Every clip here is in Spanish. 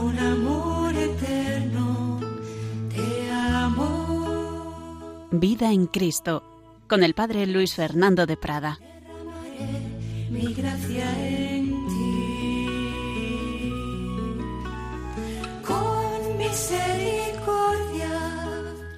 con amor eterno te amo. Vida en Cristo, con el Padre Luis Fernando de Prada. Derramaré mi gracia en ti, con misericordia.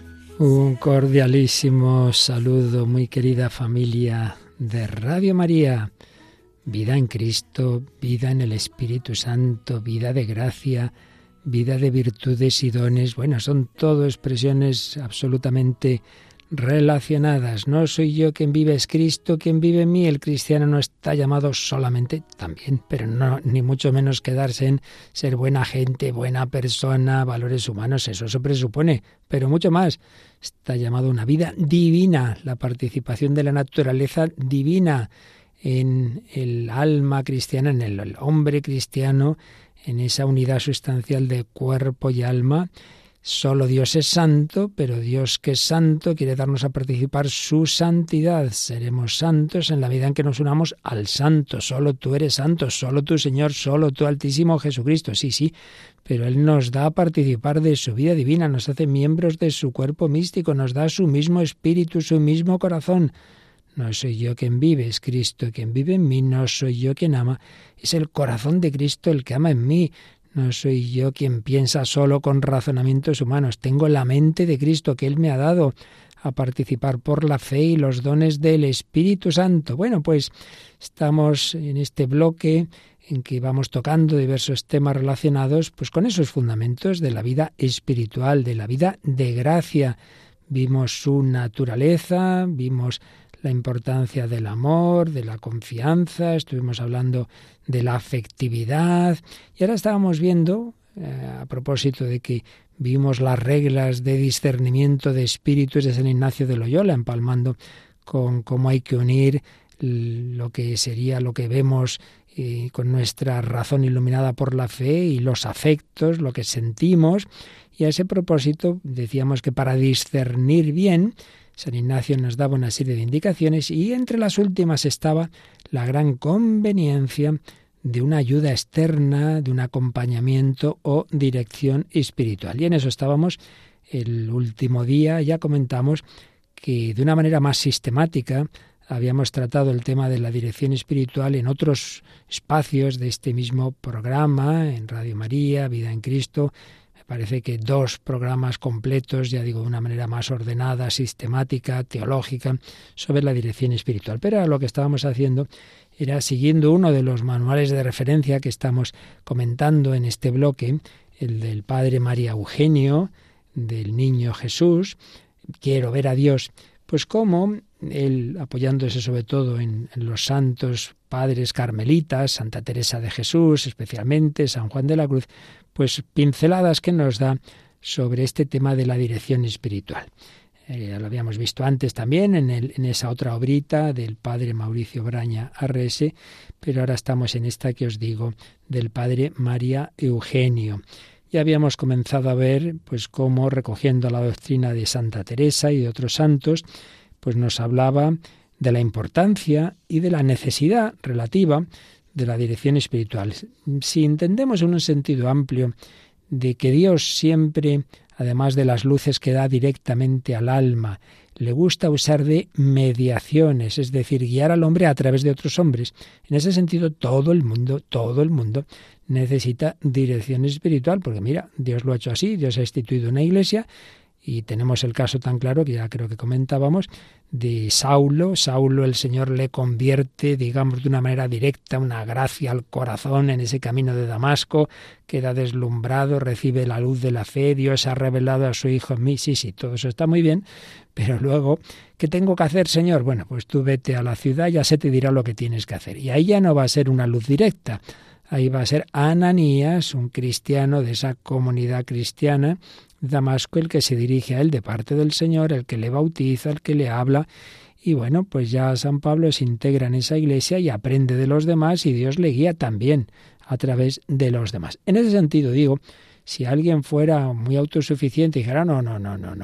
Un cordialísimo saludo, muy querida familia de Radio María. Vida en Cristo, vida en el Espíritu Santo, vida de gracia, vida de virtudes y dones. Bueno, son todo expresiones absolutamente relacionadas. No soy yo quien vive, es Cristo quien vive en mí. El cristiano no está llamado solamente, también, pero no, ni mucho menos quedarse en ser buena gente, buena persona, valores humanos, eso se presupone, pero mucho más. Está llamado a una vida divina, la participación de la naturaleza divina en el alma cristiana, en el hombre cristiano, en esa unidad sustancial de cuerpo y alma. Solo Dios es santo, pero Dios que es santo quiere darnos a participar su santidad. Seremos santos en la medida en que nos unamos al santo. Solo tú eres santo, solo tú Señor, solo tú Altísimo Jesucristo. Sí, pero Él nos da a participar de su vida divina, nos hace miembros de su cuerpo místico, nos da su mismo espíritu, su mismo corazón. No soy yo quien vive, es Cristo quien vive en mí, no soy yo quien ama, es el corazón de Cristo el que ama en mí. No soy yo quien piensa solo con razonamientos humanos, tengo la mente de Cristo que Él me ha dado a participar por la fe y los dones del Espíritu Santo. Bueno, pues estamos en este bloque en que vamos tocando diversos temas relacionados pues con esos fundamentos de la vida espiritual, de la vida de gracia. Vimos su naturaleza, vimos la importancia del amor, de la confianza, estuvimos hablando de la afectividad y ahora estábamos viendo, a propósito de que vimos las reglas de discernimiento de espíritus de San Ignacio de Loyola, empalmando con cómo hay que unir lo que sería lo que vemos con nuestra razón iluminada por la fe y los afectos, lo que sentimos. Y a ese propósito decíamos que para discernir bien, San Ignacio nos daba una serie de indicaciones y entre las últimas estaba la gran conveniencia de una ayuda externa, de un acompañamiento o dirección espiritual. Y en eso estábamos el último día, ya comentamos que de una manera más sistemática habíamos tratado el tema de la dirección espiritual en otros espacios de este mismo programa, en Radio María, Vida en Cristo. Parece que 2 programas completos, ya digo, de una manera más ordenada, sistemática, teológica, sobre la dirección espiritual. Pero lo que estábamos haciendo era siguiendo uno de los manuales de referencia que estamos comentando en este bloque, el del Padre María Eugenio, del Niño Jesús, Quiero ver a Dios, pues como él, apoyándose sobre todo en los santos padres carmelitas, Santa Teresa de Jesús, especialmente San Juan de la Cruz, pues pinceladas que nos da sobre este tema de la dirección espiritual. Ya lo habíamos visto antes también en esa otra obrita del padre Mauricio Braña Arrese, pero ahora estamos en esta que os digo del padre María Eugenio. Ya habíamos comenzado a ver pues cómo, recogiendo la doctrina de Santa Teresa y de otros santos, pues nos hablaba de la importancia y de la necesidad relativa de la dirección espiritual. Si entendemos en un sentido amplio de que Dios siempre, además de las luces que da directamente al alma, le gusta usar de mediaciones, es decir, guiar al hombre a través de otros hombres. En ese sentido, todo el mundo necesita dirección espiritual, porque mira, Dios lo ha hecho así, Dios ha instituido una iglesia. Y tenemos el caso tan claro, que ya creo que comentábamos, de Saulo. Saulo el Señor le convierte, digamos, de una manera directa, una gracia al corazón en ese camino de Damasco, queda deslumbrado, recibe la luz de la fe, Dios ha revelado a su Hijo en mí. Sí, todo eso está muy bien, pero luego, ¿qué tengo que hacer, Señor? Bueno, pues tú vete a la ciudad, ya se te dirá lo que tienes que hacer. Y ahí ya no va a ser una luz directa, ahí va a ser Ananías, un cristiano de esa comunidad cristiana, Damasco, el que se dirige a él de parte del Señor, el que le bautiza, el que le habla. Y bueno, pues ya San Pablo se integra en esa iglesia y aprende de los demás y Dios le guía también a través de los demás. En ese sentido digo, si alguien fuera muy autosuficiente y dijera, no,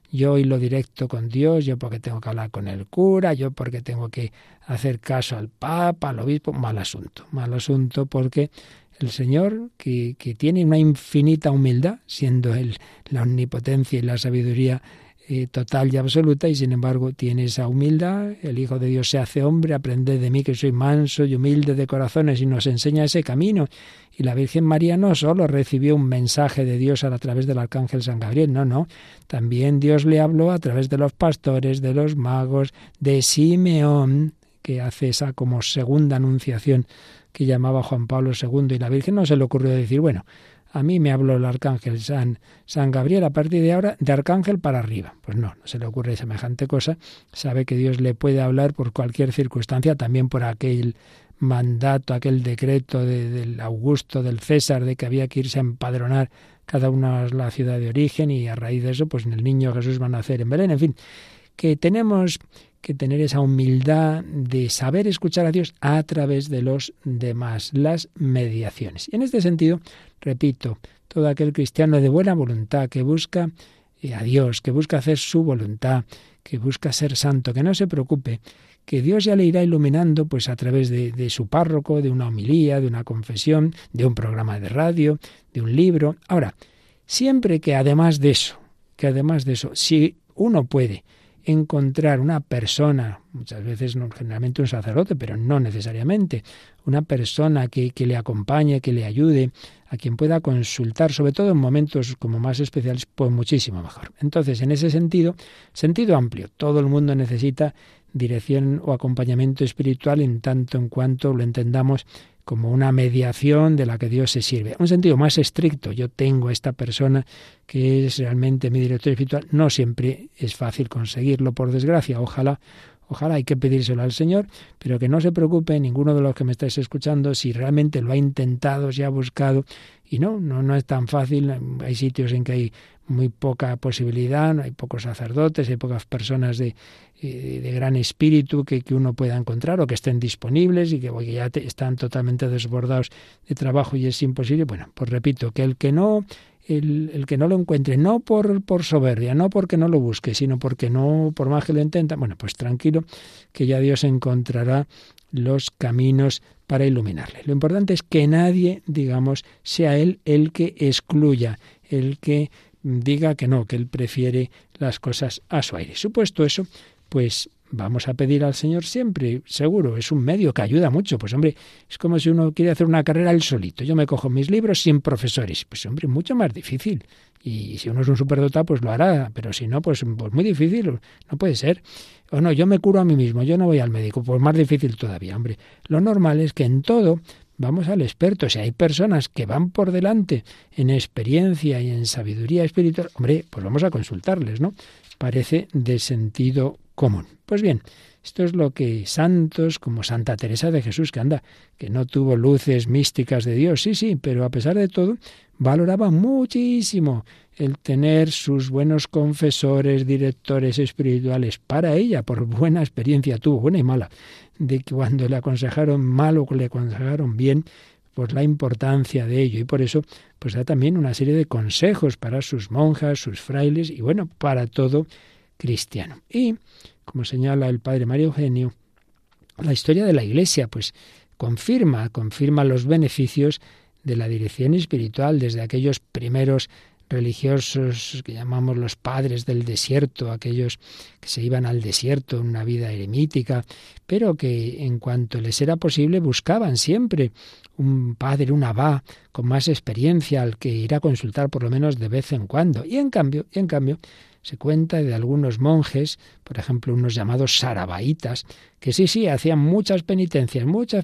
yo hilo directo con Dios, yo porque tengo que hablar con el cura, yo porque tengo que hacer caso al Papa, al obispo. Mal asunto porque el Señor, que tiene una infinita humildad, siendo Él la omnipotencia y la sabiduría total y absoluta, y sin embargo tiene esa humildad. El Hijo de Dios se hace hombre, aprended de mí que soy manso y humilde de corazones, y nos enseña ese camino. Y la Virgen María no solo recibió un mensaje de Dios a través del arcángel San Gabriel, no, también Dios le habló a través de los pastores, de los magos, de Simeón, que hace esa como segunda anunciación que llamaba Juan Pablo II, y la Virgen no se le ocurrió decir, bueno, a mí me habló el arcángel San Gabriel, a partir de ahora, de arcángel para arriba. Pues no se le ocurre semejante cosa. Sabe que Dios le puede hablar por cualquier circunstancia, también por aquel mandato, aquel decreto del Augusto, del César, de que había que irse a empadronar cada uno a la ciudad de origen, y a raíz de eso, pues el niño Jesús va a nacer en Belén. En fin, que tenemos que tener esa humildad de saber escuchar a Dios a través de los demás, las mediaciones. Y en este sentido, repito, todo aquel cristiano de buena voluntad que busca a Dios, que busca hacer su voluntad, que busca ser santo, que no se preocupe, que Dios ya le irá iluminando pues a través de su párroco, de una homilía, de una confesión, de un programa de radio, de un libro. Ahora, siempre que además de eso, si uno puede encontrar una persona, muchas veces no, generalmente un sacerdote, pero no necesariamente, una persona que le acompañe, que le ayude, a quien pueda consultar, sobre todo en momentos como más especiales, pues muchísimo mejor. Entonces, en ese sentido amplio, todo el mundo necesita dirección o acompañamiento espiritual en tanto en cuanto lo entendamos como una mediación de la que Dios se sirve. Un sentido más estricto, yo tengo a esta persona que es realmente mi director espiritual, no siempre es fácil conseguirlo, por desgracia. Ojalá hay que pedírselo al Señor, pero que no se preocupe ninguno de los que me estáis escuchando si realmente lo ha intentado, si ha buscado, y no es tan fácil. Hay sitios en que hay muy poca posibilidad, hay pocos sacerdotes, hay pocas personas de gran espíritu que uno pueda encontrar o que estén disponibles y que ya están totalmente desbordados de trabajo y es imposible. Bueno, pues repito, que el que no lo encuentre, no por soberbia, no porque no lo busque, sino porque no, por más que lo intenta, bueno, pues tranquilo, que ya Dios encontrará los caminos para iluminarle. Lo importante es que nadie, digamos, sea él el que excluya, el que diga que no, que él prefiere las cosas a su aire. Supuesto eso, pues vamos a pedir al Señor siempre, seguro, es un medio que ayuda mucho. Pues hombre, es como si uno quiere hacer una carrera él solito. Yo me cojo mis libros sin profesores. Pues hombre, mucho más difícil. Y si uno es un superdotado, pues lo hará. Pero si no, pues muy difícil, no puede ser. O no, yo me curo a mí mismo, yo no voy al médico, pues más difícil todavía, hombre. Lo normal es que en todo vamos al experto. Si hay personas que van por delante en experiencia y en sabiduría espiritual, hombre, pues vamos a consultarles, ¿no? Parece de sentido común. Pues bien, esto es lo que santos como Santa Teresa de Jesús, que no tuvo luces místicas de Dios, sí, pero a pesar de todo valoraba muchísimo el tener sus buenos confesores, directores espirituales para ella, por buena experiencia tuvo, buena y mala, de que cuando le aconsejaron mal o le aconsejaron bien, pues la importancia de ello. Y por eso pues da también una serie de consejos para sus monjas, sus frailes y bueno, para todo cristiano. Y, como señala el padre Mario Eugenio, la historia de la Iglesia pues confirma los beneficios de la dirección espiritual desde aquellos primeros religiosos que llamamos los padres del desierto, aquellos que se iban al desierto en una vida eremítica, pero que en cuanto les era posible buscaban siempre un padre, un abad con más experiencia al que ir a consultar por lo menos de vez en cuando. Y en cambio se cuenta de algunos monjes, por ejemplo, unos llamados sarabaitas, que sí, hacían muchas penitencias,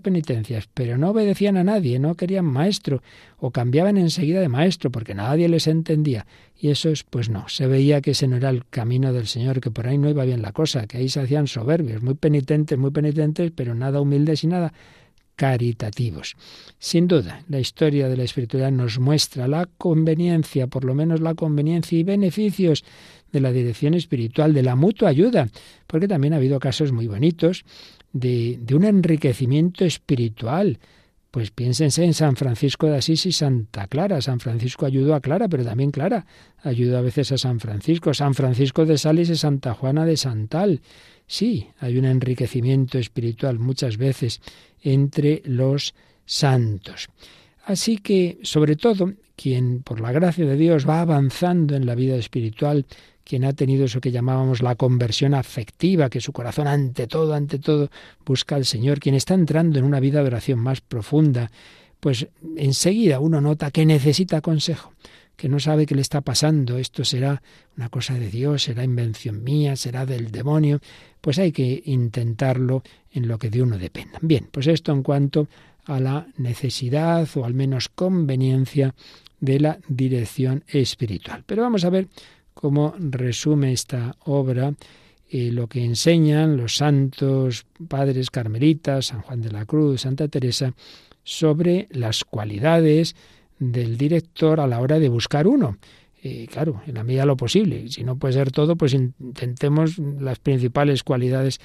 pero no obedecían a nadie, no querían maestro, o cambiaban enseguida de maestro, porque nadie les entendía. Y esos, pues no, se veía que ese no era el camino del Señor, que por ahí no iba bien la cosa, que ahí se hacían soberbios, muy penitentes, pero nada humildes y nada caritativos. Sin duda, la historia de la espiritualidad nos muestra la conveniencia, por lo menos la conveniencia y beneficios de la dirección espiritual, de la mutua ayuda, porque también ha habido casos muy bonitos de un enriquecimiento espiritual, Pues piénsense en San Francisco de Asís y Santa Clara. San Francisco ayudó a Clara, pero también Clara ayudó a veces a San Francisco. San Francisco de Sales y Santa Juana de Santal. Sí, hay un enriquecimiento espiritual muchas veces entre los santos. Así que, sobre todo, quien por la gracia de Dios va avanzando en la vida espiritual, quien ha tenido eso que llamábamos la conversión afectiva, que su corazón ante todo, busca al Señor, quien está entrando en una vida de oración más profunda, pues enseguida uno nota que necesita consejo, que no sabe qué le está pasando, esto será una cosa de Dios, será invención mía, será del demonio, pues hay que intentarlo en lo que de uno dependa. Bien, pues esto en cuanto a la necesidad o al menos conveniencia de la dirección espiritual. Pero vamos a ver cómo resume esta obra lo que enseñan los santos padres carmelitas, San Juan de la Cruz, Santa Teresa, sobre las cualidades del director a la hora de buscar uno. Claro, en la medida de lo posible. Si no puede ser todo, pues intentemos las principales cualidades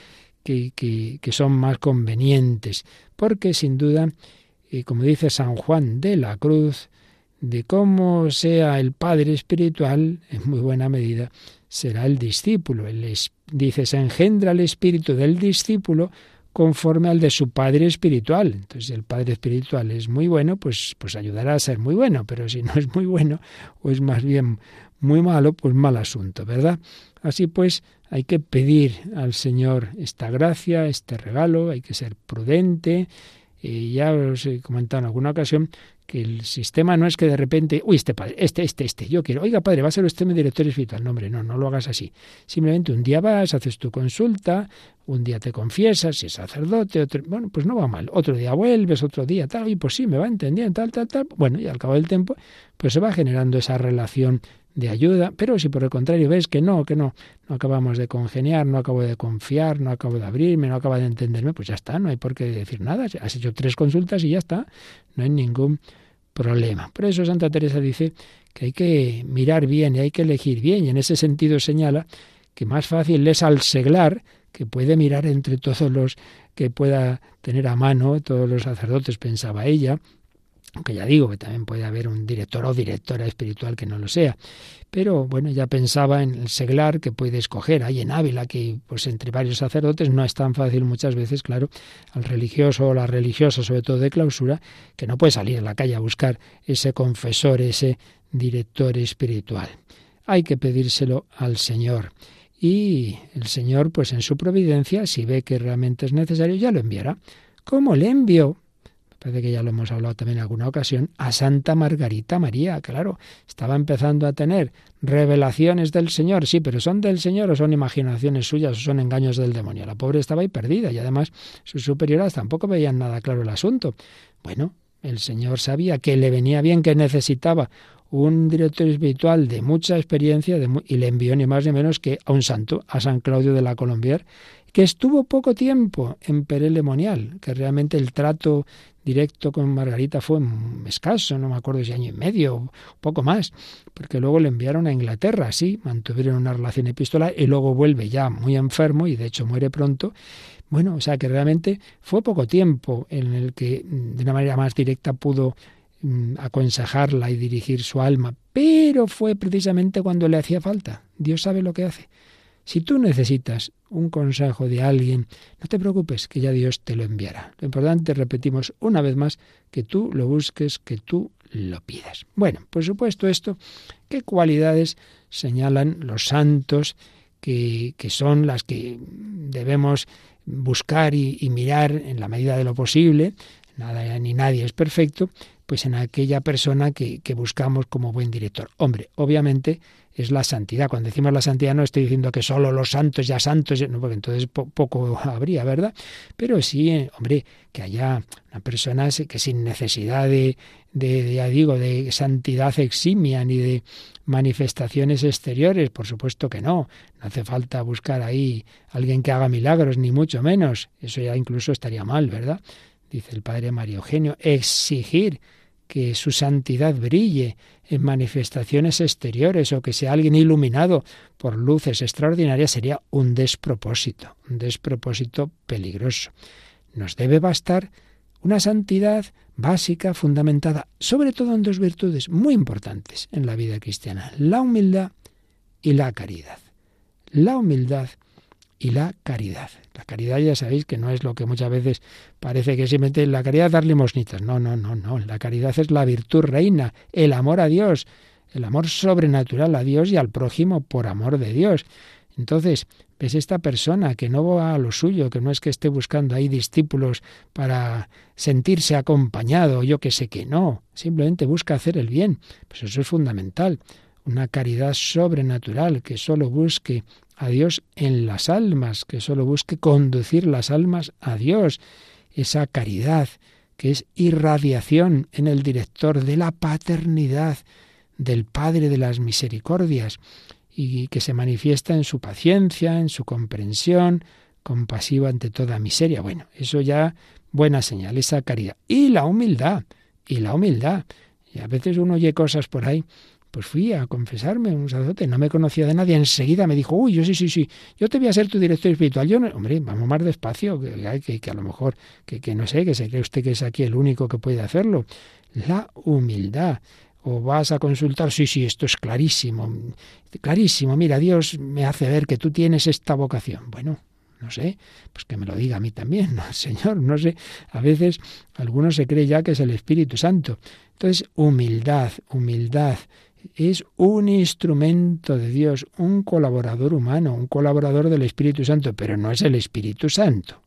que son más convenientes. Porque sin duda, como dice San Juan de la Cruz, de cómo sea el padre espiritual, en muy buena medida, será el discípulo. Dice, se engendra el espíritu del discípulo conforme al de su padre espiritual. Entonces, si el padre espiritual es muy bueno, pues ayudará a ser muy bueno, pero si no es muy bueno, o es más bien muy malo, pues mal asunto, ¿verdad? Así pues, hay que pedir al Señor esta gracia, este regalo, hay que ser prudente. Ya os he comentado en alguna ocasión que el sistema no es que de repente, este padre, yo quiero, oiga padre, va a ser usted mi director espiritual. No, hombre, no lo hagas así. Simplemente un día vas, haces tu consulta, un día te confiesas, si es sacerdote, bueno, pues no va mal. Otro día vuelves, otro día tal, y pues sí, me va entendiendo, tal. Bueno, y al cabo del tiempo, pues se va generando esa relación de ayuda, pero si por el contrario ves que no acabamos de congeniar, no acabo de confiar, no acabo de abrirme, no acabo de entenderme, pues ya está, no hay por qué decir nada, has hecho 3 consultas y ya está, no hay ningún problema. Por eso Santa Teresa dice que hay que mirar bien y hay que elegir bien, y en ese sentido señala que más fácil es al seglar, que puede mirar entre todos los que pueda tener a mano, todos los sacerdotes, pensaba ella, aunque ya digo que también puede haber un director o directora espiritual que no lo sea. Pero bueno, ya pensaba en el seglar que puede escoger. Ahí en Ávila, que pues entre varios sacerdotes no es tan fácil muchas veces, claro, al religioso o la religiosa, sobre todo de clausura, que no puede salir a la calle a buscar ese confesor, ese director espiritual. Hay que pedírselo al Señor. Y el Señor, pues en su providencia, si ve que realmente es necesario, ya lo enviará. ¿Cómo le envió? Parece que ya lo hemos hablado también en alguna ocasión, a Santa Margarita María. Claro, estaba empezando a tener revelaciones del Señor, sí, pero ¿son del Señor o son imaginaciones suyas o son engaños del demonio? La pobre estaba ahí perdida y además sus superiores tampoco veían nada claro el asunto. Bueno, el Señor sabía que le venía bien, que necesitaba un director espiritual de mucha experiencia y le envió ni más ni menos que a un santo, a San Claudio de la Colombière, que estuvo poco tiempo en Pere-le-Monial, que realmente el trato directo con Margarita fue escaso, no me acuerdo si año y medio o poco más, porque luego le enviaron a Inglaterra, sí, mantuvieron una relación epistolar y luego vuelve ya muy enfermo y de hecho muere pronto. Bueno, o sea que realmente fue poco tiempo en el que de una manera más directa pudo aconsejarla y dirigir su alma, pero fue precisamente cuando le hacía falta. Dios sabe lo que hace. Si tú necesitas un consejo de alguien, no te preocupes, que ya Dios te lo enviará. Lo importante, repetimos una vez más, que tú lo busques, que tú lo pidas. Bueno, por supuesto esto, ¿qué cualidades señalan los santos que son las que debemos buscar y mirar en la medida de lo posible? Nada ni nadie es perfecto, pues en aquella persona que buscamos como buen director. Hombre, obviamente es la santidad. Cuando decimos la santidad no estoy diciendo que solo los santos, no, porque entonces poco habría, ¿verdad? Pero sí, hombre, que haya una persona que sin necesidad de santidad eximia ni de manifestaciones exteriores, por supuesto que no. No hace falta buscar ahí alguien que haga milagros, ni mucho menos. Eso ya incluso estaría mal, ¿verdad? Dice el padre Mario Eugenio, exigir que su santidad brille en manifestaciones exteriores o que sea alguien iluminado por luces extraordinarias sería un despropósito peligroso. Nos debe bastar una santidad básica, fundamentada sobre todo en dos virtudes muy importantes en la vida cristiana: la humildad y la caridad. La humildad y la caridad. La caridad ya sabéis que no es lo que muchas veces parece que simplemente la caridad es dar limosnitas. No. La caridad es la virtud reina, el amor a Dios, el amor sobrenatural a Dios y al prójimo por amor de Dios. Entonces, ves esta persona que no va a lo suyo, que no es que esté buscando ahí discípulos para sentirse acompañado, yo que sé que no, simplemente busca hacer el bien. Pues eso es fundamental. Una caridad sobrenatural que solo busque a Dios en las almas, que solo busque conducir las almas a Dios. Esa caridad que es irradiación en el director de la paternidad del Padre de las misericordias y que se manifiesta en su paciencia, en su comprensión, compasiva ante toda miseria. Bueno, eso ya buena señal, esa caridad. Y la humildad. Y a veces uno oye cosas por ahí. Pues fui a confesarme, un sacerdote, no me conocía de nadie, enseguida me dijo, yo sí, yo te voy a ser tu director espiritual. Yo no, hombre, vamos más despacio, que a lo mejor, que no sé, que se cree usted que es aquí el único que puede hacerlo. La humildad. O vas a consultar, sí, esto es clarísimo, mira, Dios me hace ver que tú tienes esta vocación. Bueno, no sé, pues que me lo diga a mí también, ¿no? Señor, no sé, a veces algunos se cree ya que es el Espíritu Santo. Entonces, humildad, es un instrumento de Dios, un colaborador humano, un colaborador del Espíritu Santo, pero no es el Espíritu Santo,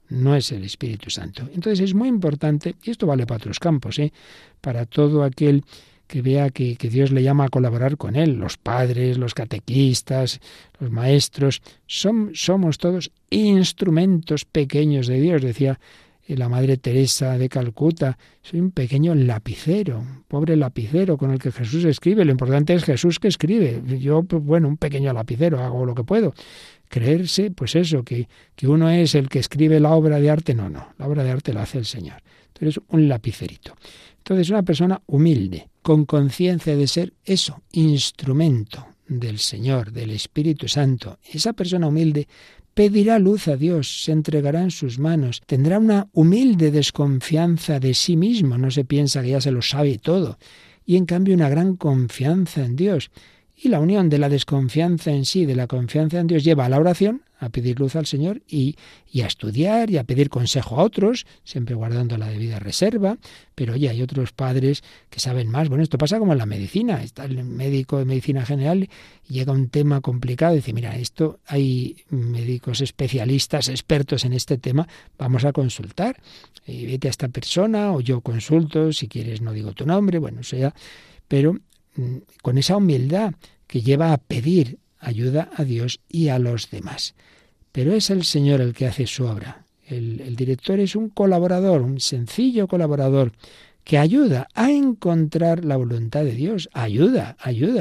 Entonces es muy importante, y esto vale para otros campos, para todo aquel que vea que Dios le llama a colaborar con él, los padres, los catequistas, los maestros, somos todos instrumentos pequeños de Dios, decía la Madre Teresa de Calcuta, soy un pequeño lapicero, un pobre lapicero con el que Jesús escribe, lo importante es Jesús que escribe, yo, pues bueno, un pequeño lapicero, hago lo que puedo. Creerse, pues eso, que uno es el que escribe la obra de arte, no, la obra de arte la hace el Señor. Entonces, un lapicerito. Entonces, una persona humilde, con conciencia de ser eso, instrumento del Señor, del Espíritu Santo. Esa persona humilde pedirá luz a Dios, se entregará en sus manos, tendrá una humilde desconfianza de sí mismo, no se piensa que ya se lo sabe todo, y en cambio una gran confianza en Dios. Y la unión de la desconfianza en sí, de la confianza en Dios, lleva a la oración, a pedir luz al Señor y a estudiar y a pedir consejo a otros, siempre guardando la debida reserva. Pero oye, hay otros padres que saben más. Bueno, esto pasa como en la medicina. Está el médico de medicina general y llega un tema complicado y dice, mira, esto hay médicos especialistas, expertos en este tema, vamos a consultar. Vete a esta persona o yo consulto, si quieres no digo tu nombre, bueno, eso ya. Pero con esa humildad que lleva a pedir ayuda a Dios y a los demás. Pero es el Señor el que hace su obra. El director es un colaborador, un sencillo colaborador, que ayuda a encontrar la voluntad de Dios. Ayuda,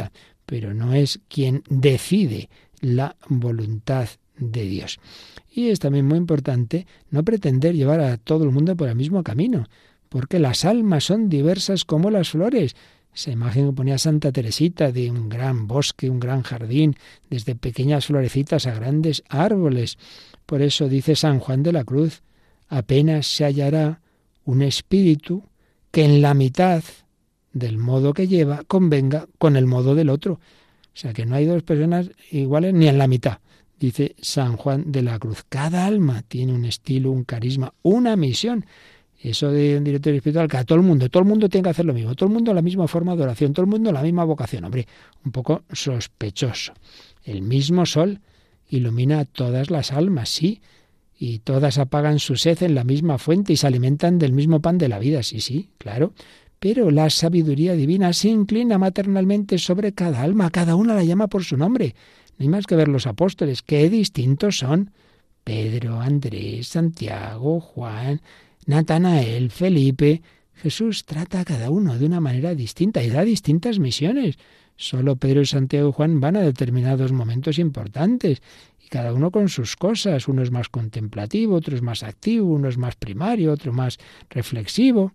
pero no es quien decide la voluntad de Dios. Y es también muy importante no pretender llevar a todo el mundo por el mismo camino, porque las almas son diversas como las flores. Esa imagen que ponía Santa Teresita de un gran bosque, un gran jardín, desde pequeñas florecitas a grandes árboles. Por eso dice San Juan de la Cruz, apenas se hallará un espíritu que en la mitad del modo que lleva convenga con el modo del otro. O sea que no hay dos personas iguales ni en la mitad, dice San Juan de la Cruz. Cada alma tiene un estilo, un carisma, una misión. Eso de un director espiritual, que a todo el mundo tiene que hacer lo mismo, todo el mundo la misma forma de oración, todo el mundo la misma vocación. Hombre, un poco sospechoso. El mismo sol ilumina a todas las almas, sí, y todas apagan su sed en la misma fuente y se alimentan del mismo pan de la vida, sí, claro. Pero la sabiduría divina se inclina maternalmente sobre cada alma, cada una la llama por su nombre. No hay más que ver los apóstoles, qué distintos son. Pedro, Andrés, Santiago, Juan, Natanael, Felipe. Jesús trata a cada uno de una manera distinta y da distintas misiones. Solo Pedro, Santiago y Juan van a determinados momentos importantes y cada uno con sus cosas. Uno es más contemplativo, otro es más activo, uno es más primario, otro más reflexivo.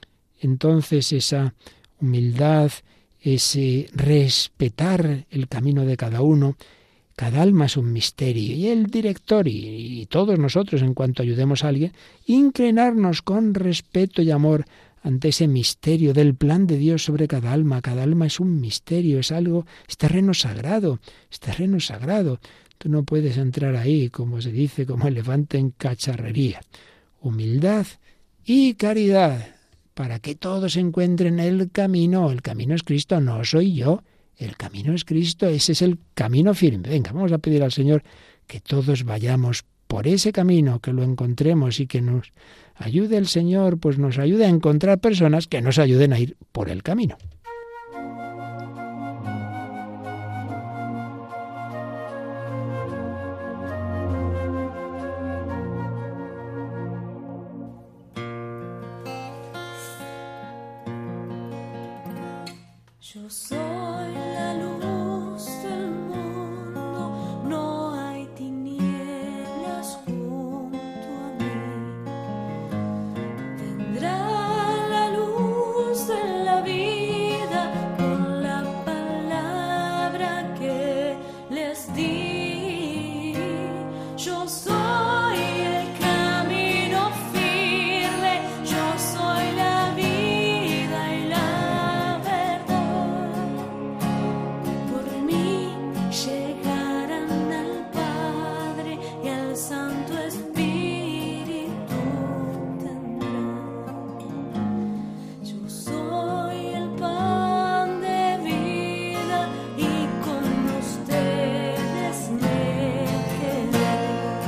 Entonces esa humildad, ese respetar el camino de cada uno. Cada alma es un misterio y el director y todos nosotros, en cuanto ayudemos a alguien, inclinarnos con respeto y amor ante ese misterio del plan de Dios sobre cada alma. Cada alma es un misterio, es algo, es terreno sagrado, es terreno sagrado. Tú no puedes entrar ahí, como se dice, como elefante en cacharrería. Humildad y caridad, para que todos encuentren el camino. El camino es Cristo, no soy yo. El camino es Cristo, ese es el camino firme. Venga, vamos a pedir al Señor que todos vayamos por ese camino, que lo encontremos y que nos ayude el Señor, pues nos ayude a encontrar personas que nos ayuden a ir por el camino. Yo soy la luz del mundo, no hay tinieblas junto a mí. Vendrá la luz de la vida con la palabra que les di. Yo soy el camino firme, yo soy la vida y la llegarán al Padre y al Santo Espíritu tendrán. Yo soy el pan de vida y con ustedes me quedé.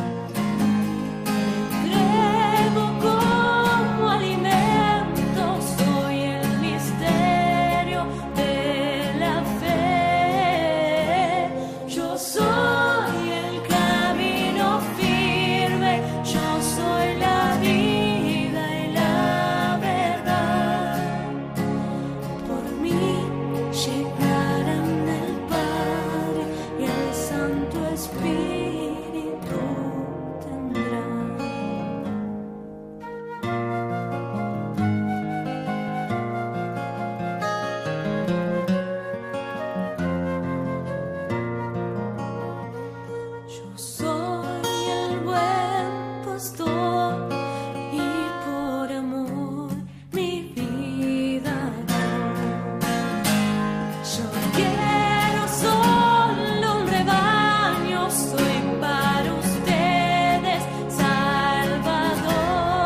Entrego como alimento, soy el misterio de la fe. Yo soy el camino firme, yo soy la vida y la verdad. Por mí llegarán al Padre y al Santo Espíritu tendrán. Yo soy el buen pastor y por amor mi vida doy. Yo quiero solo un rebaño, soy para ustedes Salvador.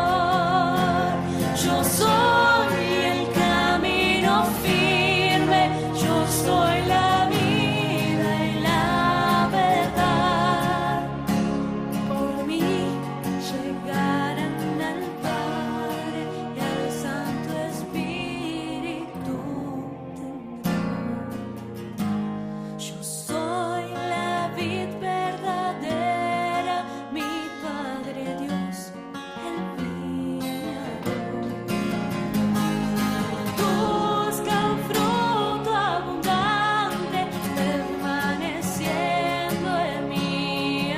Yo soy el camino firme, yo soy la vida y la verdad. Por mí llegarán al Padre y al Santo Espíritu tendrán. Yo soy la vid verdadera, mi Padre Dios, el viñador. Buscan fruto abundante, permaneciendo en mi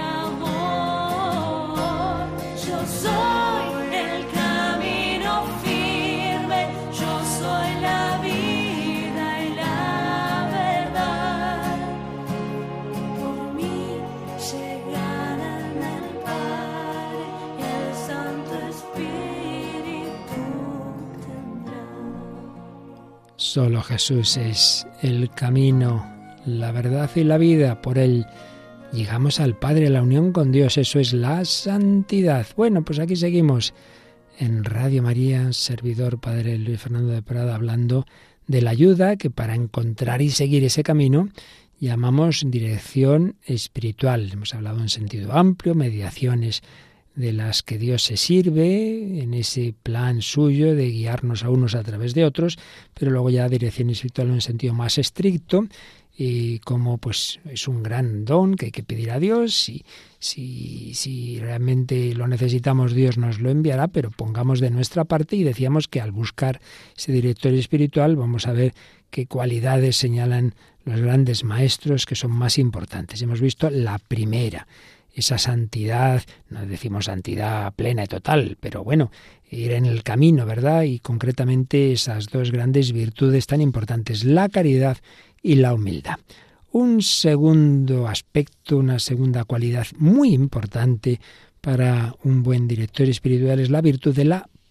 amor. Yo soy el camino firme, yo soy la vida y la verdad. Por mí llegarán al Padre y al Santo Espíritu tendrán. Solo Jesús es el camino, la verdad y la vida. Por él llegamos al Padre, a la unión con Dios. Eso es la santidad. Bueno, pues aquí seguimos en Radio María, servidor Padre Luis Fernando de Prada, hablando de la ayuda que para encontrar y seguir ese camino llamamos dirección espiritual. Hemos hablado en sentido amplio, mediaciones de las que Dios se sirve en ese plan suyo de guiarnos a unos a través de otros, pero luego ya dirección espiritual en un sentido más estricto, y como pues es un gran don que hay que pedir a Dios. Si realmente lo necesitamos, Dios nos lo enviará, pero pongamos de nuestra parte. Y decíamos que al buscar ese director espiritual vamos a ver qué cualidades señalan los grandes maestros que son más importantes. Hemos visto la primera, esa santidad, no decimos santidad plena y total, pero bueno, ir en el camino, ¿verdad? Y concretamente esas dos grandes virtudes tan importantes, la caridad y la humildad. Un segundo aspecto, una segunda cualidad muy importante para un buen director espiritual es la virtud de la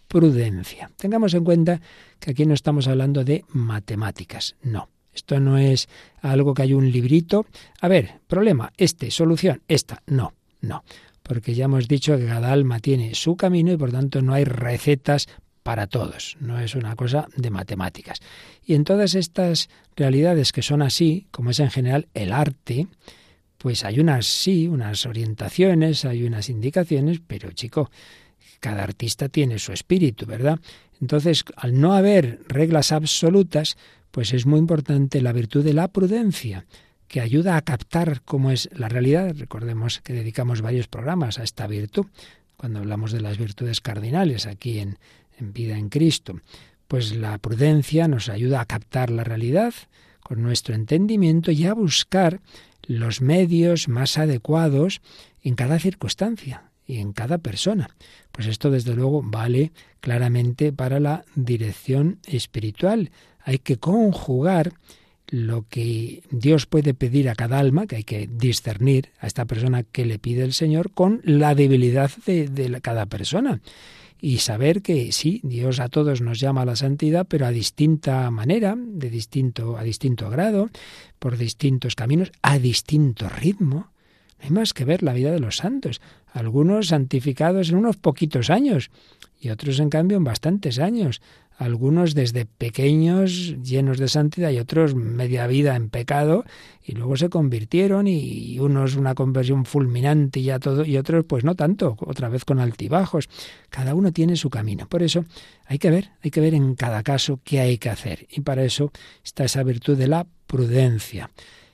prudencia. Tengamos en cuenta que aquí no estamos hablando de matemáticas, no. Esto no es algo que hay un librito. A ver, problema, solución, esta. No. Porque ya hemos dicho que cada alma tiene su camino y por tanto no hay recetas para todos. No es una cosa de matemáticas. Y en todas estas realidades que son así, como es en general el arte, pues hay unas orientaciones, hay unas indicaciones, pero chico, cada artista tiene su espíritu, ¿verdad? Entonces, al no haber reglas absolutas, pues es muy importante la virtud de la prudencia, que ayuda a captar cómo es la realidad. Recordemos que dedicamos varios programas a esta virtud, cuando hablamos de las virtudes cardinales aquí en Vida en Cristo. Pues la prudencia nos ayuda a captar la realidad con nuestro entendimiento y a buscar los medios más adecuados en cada circunstancia y en cada persona. Pues esto desde luego vale claramente para la dirección espiritual. Hay que conjugar lo que Dios puede pedir a cada alma, que hay que discernir a esta persona que le pide el Señor, con la debilidad de cada persona. Y saber que sí, Dios a todos nos llama a la santidad, pero a distinta manera, a distinto grado, por distintos caminos, a distinto ritmo. No hay más que ver la vida de los santos. Algunos santificados en unos poquitos años y otros, en cambio, en bastantes años. Algunos desde pequeños llenos de santidad y otros media vida en pecado y luego se convirtieron y unos una conversión fulminante y ya todo, y otros pues no tanto, otra vez con altibajos. Cada uno tiene su camino. Por eso hay que ver en cada caso qué hay que hacer. Y para eso está esa virtud de la prudencia.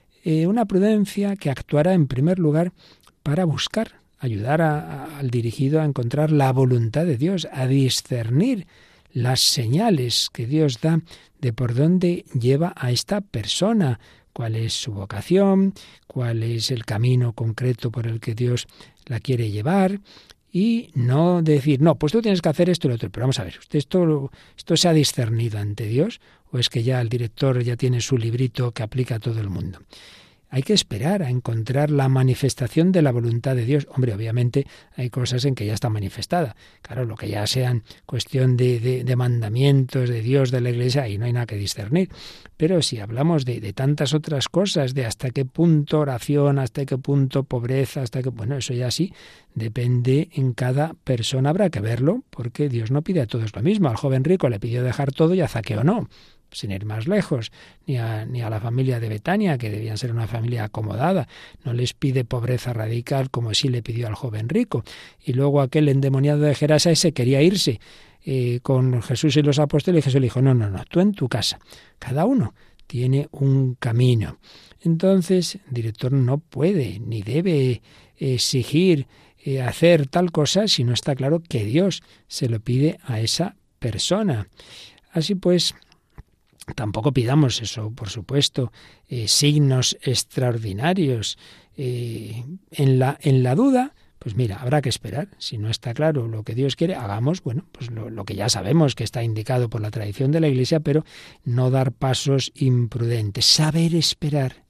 Una prudencia que actuará en primer lugar para buscar, ayudar al dirigido a encontrar la voluntad de Dios, a discernir las señales que Dios da de por dónde lleva a esta persona, cuál es su vocación, cuál es el camino concreto por el que Dios la quiere llevar, y no decir, no, pues tú tienes que hacer esto y lo otro. Pero vamos a ver, ¿usted esto se ha discernido ante Dios o es que ya el director ya tiene su librito que aplica a todo el mundo? Hay que esperar a encontrar la manifestación de la voluntad de Dios. Hombre, obviamente hay cosas en que ya está manifestada. Claro, lo que ya sean cuestión de mandamientos de Dios, de la Iglesia, ahí no hay nada que discernir. Pero si hablamos de tantas otras cosas, de hasta qué punto oración, hasta qué punto pobreza, hasta qué... Bueno, eso ya sí depende en cada persona. Habrá que verlo, porque Dios no pide a todos lo mismo. Al joven rico le pidió dejar todo y a Zaqueo no. Sin ir más lejos, ni a la familia de Betania, que debían ser una familia acomodada. No les pide pobreza radical como sí le pidió al joven rico. Y luego aquel endemoniado de Gerasa ese quería irse con Jesús y los apóstoles, y Jesús le dijo, no, tú en tu casa. Cada uno tiene un camino. Entonces, el director no puede ni debe exigir hacer tal cosa si no está claro que Dios se lo pide a esa persona. Así pues, tampoco pidamos eso, por supuesto, signos extraordinarios. En la duda, pues mira, habrá que esperar. Si no está claro lo que Dios quiere, hagamos, bueno, pues lo que ya sabemos que está indicado por la tradición de la Iglesia, pero no dar pasos imprudentes. Saber esperar.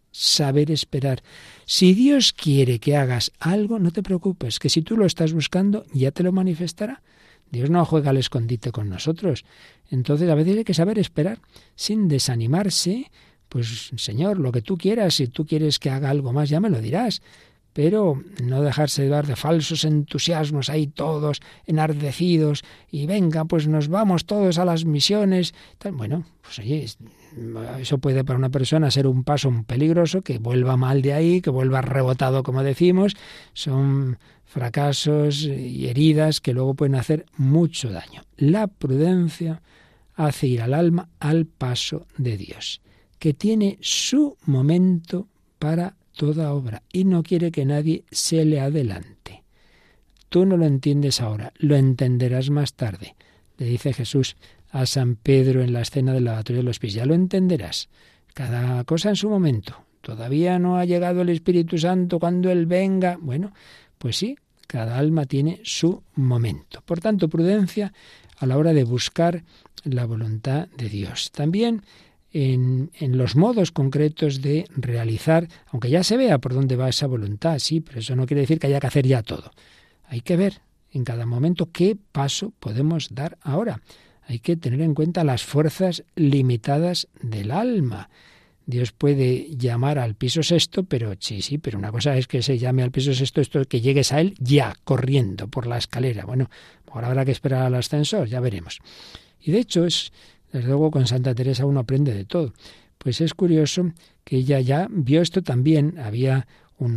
Si Dios quiere que hagas algo, no te preocupes, que si tú lo estás buscando, ya te lo manifestará. Dios no juega al escondite con nosotros. Entonces a veces hay que saber esperar sin desanimarse. Pues Señor, lo que tú quieras, si tú quieres que haga algo más ya me lo dirás. Pero no dejarse llevar de falsos entusiasmos ahí todos enardecidos y venga, pues nos vamos todos a las misiones. Bueno, pues oye, eso puede para una persona ser un paso peligroso, que vuelva mal de ahí, que vuelva rebotado, como decimos. Son fracasos y heridas que luego pueden hacer mucho daño. La prudencia hace ir al alma al paso de Dios, que tiene su momento para toda obra y no quiere que nadie se le adelante. Tú no lo entiendes ahora, lo entenderás más tarde, le dice Jesús a San Pedro en la escena del lavatorio de los pies. Ya lo entenderás, cada cosa en su momento. Todavía no ha llegado el Espíritu Santo, cuando Él venga. Bueno, pues sí, cada alma tiene su momento. Por tanto, prudencia a la hora de buscar la voluntad de Dios. También en los modos concretos de realizar, aunque ya se vea por dónde va esa voluntad, sí, pero eso no quiere decir que haya que hacer ya todo. Hay que ver en cada momento. ¿Qué paso podemos dar ahora? Hay que tener en cuenta las fuerzas limitadas del alma. Dios puede llamar al piso sexto, pero sí, pero una cosa es que se llame al piso sexto, esto es que llegues a él ya, corriendo por la escalera. Bueno, ahora habrá que esperar al ascensor, ya veremos. Y de hecho, desde luego con Santa Teresa uno aprende de todo. Pues es curioso que ella ya vio esto también. Había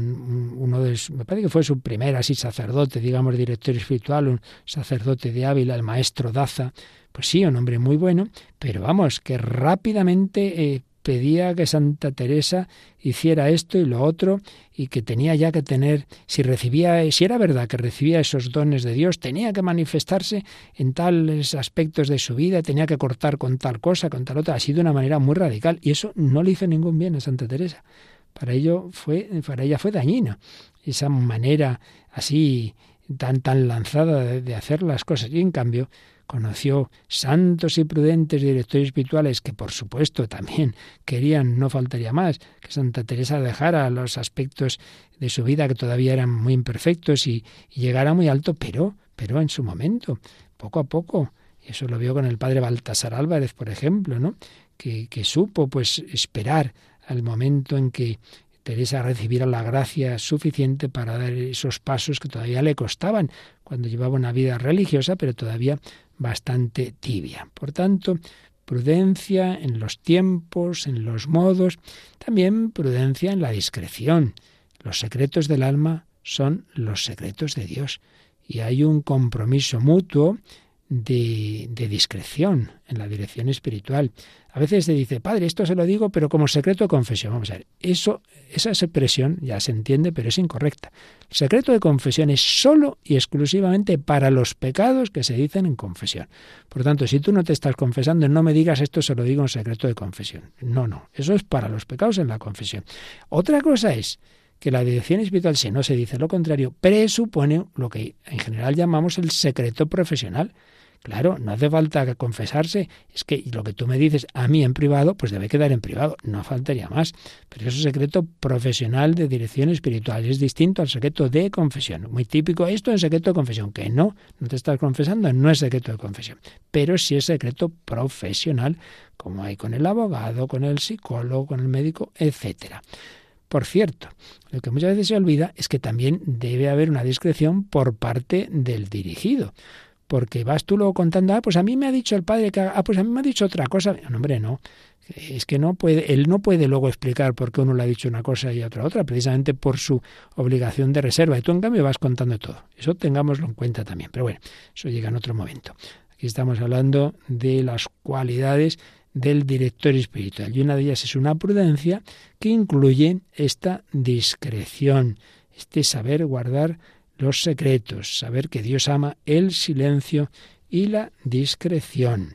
uno de me parece que fue su primer así sacerdote, digamos director espiritual, un sacerdote de Ávila, el maestro Daza. Pues sí, un hombre muy bueno, pero vamos, que rápidamente pedía que Santa Teresa hiciera esto y lo otro, y que tenía ya que tener, si era verdad que recibía esos dones de Dios, tenía que manifestarse en tales aspectos de su vida, tenía que cortar con tal cosa, con tal otra, así de una manera muy radical, y eso no le hizo ningún bien a Santa Teresa. Para ella fue dañina esa manera así tan lanzada de hacer las cosas, y en cambio conoció santos y prudentes directores espirituales que, por supuesto, también querían, no faltaría más, que Santa Teresa dejara los aspectos de su vida que todavía eran muy imperfectos y llegara muy alto, pero en su momento, poco a poco. Y eso lo vio con el padre Baltasar Álvarez, por ejemplo, ¿no? Que supo pues esperar al momento en que Teresa recibiera la gracia suficiente para dar esos pasos que todavía le costaban cuando llevaba una vida religiosa, pero todavía bastante tibia. Por tanto, prudencia en los tiempos, en los modos, también prudencia en la discreción. Los secretos del alma son los secretos de Dios y hay un compromiso mutuo de discreción en la dirección espiritual. A veces se dice, padre, esto se lo digo, pero como secreto de confesión. Vamos a ver, esa expresión ya se entiende, pero es incorrecta. El secreto de confesión es solo y exclusivamente para los pecados que se dicen en confesión. Por tanto, si tú no te estás confesando, no me digas esto se lo digo en secreto de confesión. No, eso es para los pecados en la confesión. Otra cosa es que la dirección espiritual, si no se dice lo contrario, presupone lo que en general llamamos el secreto profesional. Claro, no hace falta confesarse, es que lo que tú me dices a mí en privado, pues debe quedar en privado, no faltaría más. Pero eso es secreto profesional de dirección espiritual, es distinto al secreto de confesión. Muy típico esto en secreto de confesión, que no te estás confesando, no es secreto de confesión. Pero sí es secreto profesional, como hay con el abogado, con el psicólogo, con el médico, etcétera. Por cierto, lo que muchas veces se olvida es que también debe haber una discreción por parte del dirigido. Porque vas tú luego contando, pues a mí me ha dicho el padre que pues a mí me ha dicho otra cosa. No, hombre, no. Es que él no puede luego explicar por qué uno le ha dicho una cosa y otra, precisamente por su obligación de reserva. Y tú, en cambio, vas contando todo. Eso tengámoslo en cuenta también. Pero bueno, eso llega en otro momento. Aquí estamos hablando de las cualidades del director espiritual. Y una de ellas es una prudencia que incluye esta discreción, este saber guardar los secretos, saber que Dios ama el silencio y la discreción.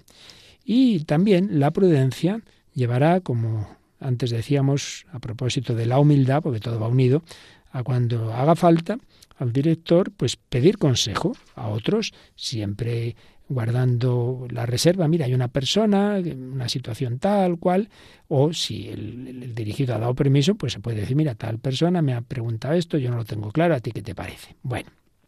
Y también la prudencia llevará, como antes decíamos, a propósito de la humildad, porque todo va unido, a cuando haga falta al director, pues pedir consejo a otros, siempre guardando la reserva. Mira, hay una persona, una situación tal cual, o si el dirigido ha dado permiso, pues se puede decir, mira, tal persona me ha preguntado esto, yo no lo tengo claro, ¿a ti qué te parece? Bueno,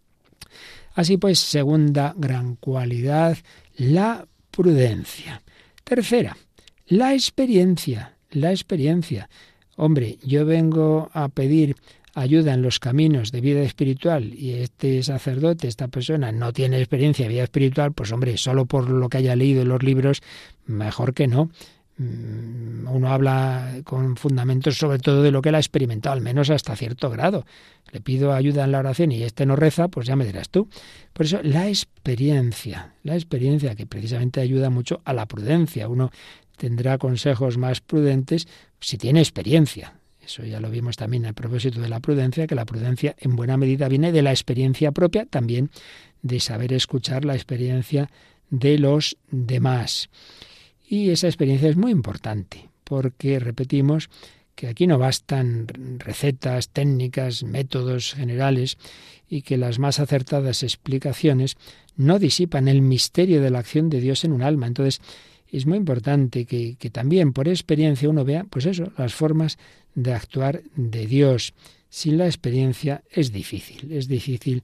así pues, segunda gran cualidad, la prudencia. Tercera, la experiencia. Hombre, yo vengo a pedir ayuda en los caminos de vida espiritual y este sacerdote, esta persona, no tiene experiencia de vida espiritual, pues hombre, solo por lo que haya leído en los libros, mejor que no. Uno habla con fundamentos sobre todo de lo que él ha experimentado, al menos hasta cierto grado. Le pido ayuda en la oración y este no reza, pues ya me dirás tú. Por eso la experiencia que precisamente ayuda mucho a la prudencia. Uno tendrá consejos más prudentes si tiene experiencia. Eso ya lo vimos también a propósito de la prudencia, que la prudencia en buena medida viene de la experiencia propia, también de saber escuchar la experiencia de los demás. Y esa experiencia es muy importante, porque repetimos que aquí no bastan recetas, técnicas, métodos generales, y que las más acertadas explicaciones no disipan el misterio de la acción de Dios en un alma. Entonces, es muy importante que también por experiencia uno vea, pues eso, las formas de actuar de Dios. Sin la experiencia es difícil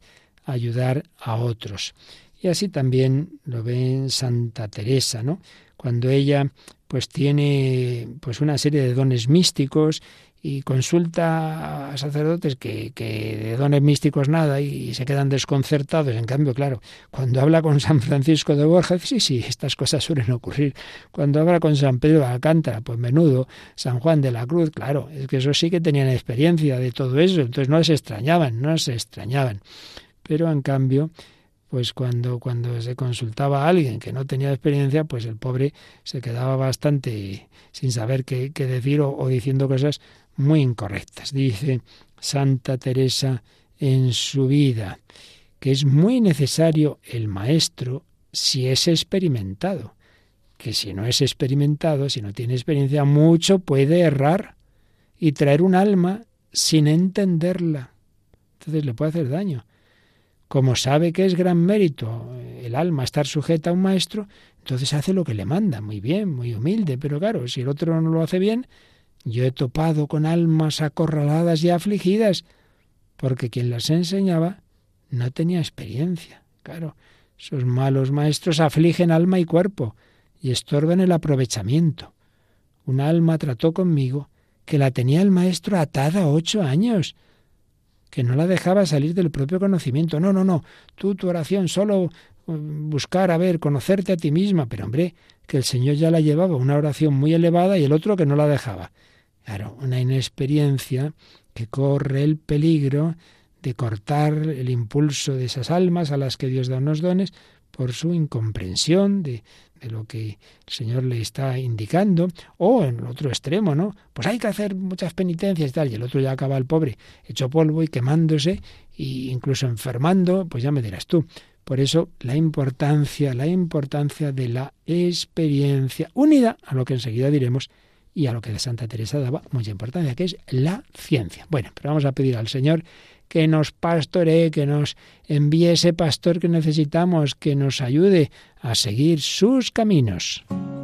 ayudar a otros. Y así también lo ve en Santa Teresa, ¿no? Cuando ella pues tiene pues una serie de dones místicos y consulta a sacerdotes que de dones místicos nada y se quedan desconcertados. En cambio, claro, cuando habla con San Francisco de Borja, sí, estas cosas suelen ocurrir. Cuando habla con San Pedro de Alcántara, pues menudo, San Juan de la Cruz, claro, es que eso sí que tenían experiencia de todo eso, entonces no se extrañaban. Pero en cambio, pues cuando se consultaba a alguien que no tenía experiencia, pues el pobre se quedaba bastante sin saber qué decir o diciendo cosas muy incorrectas. Dice Santa Teresa en su vida que es muy necesario el maestro si es experimentado, que si no es experimentado, si no tiene experiencia, mucho puede errar y traer un alma sin entenderla. Entonces le puede hacer daño. Como sabe que es gran mérito el alma estar sujeta a un maestro, entonces hace lo que le manda, muy bien, muy humilde, pero claro, si el otro no lo hace bien, yo he topado con almas acorraladas y afligidas, porque quien las enseñaba no tenía experiencia. Claro, esos malos maestros afligen alma y cuerpo y estorban el aprovechamiento. Una alma trató conmigo que la tenía el maestro atada 8 años, que no la dejaba salir del propio conocimiento. No, tú tu oración solo buscar, conocerte a ti misma, pero hombre, que el Señor ya la llevaba una oración muy elevada y el otro que no la dejaba. Claro, una inexperiencia que corre el peligro de cortar el impulso de esas almas a las que Dios da unos dones por su incomprensión de lo que el Señor le está indicando, o en el otro extremo, ¿no? Pues hay que hacer muchas penitencias y tal, y el otro ya acaba el pobre hecho polvo y quemándose e incluso enfermando, pues ya me dirás tú. Por eso la importancia de la experiencia, unida a lo que enseguida diremos y a lo que de Santa Teresa daba mucha importancia, que es la ciencia. Bueno, pero vamos a pedir al Señor que nos pastoree, que nos envíe ese pastor que necesitamos, que nos ayude a seguir sus caminos.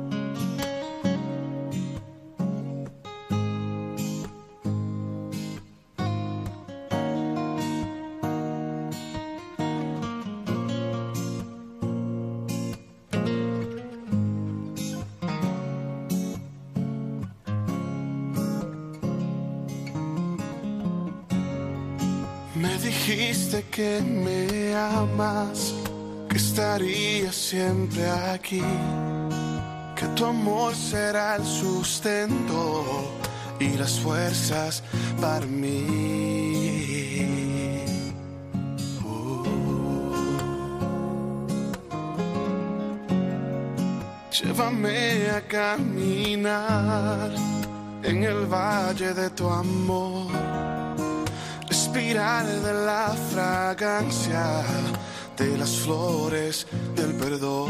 Dijiste que me amas, que estarías siempre aquí, que tu amor será el sustento y las fuerzas para mí. Llévame a caminar en el valle de tu amor, respirar de la fragancia de las flores del perdón.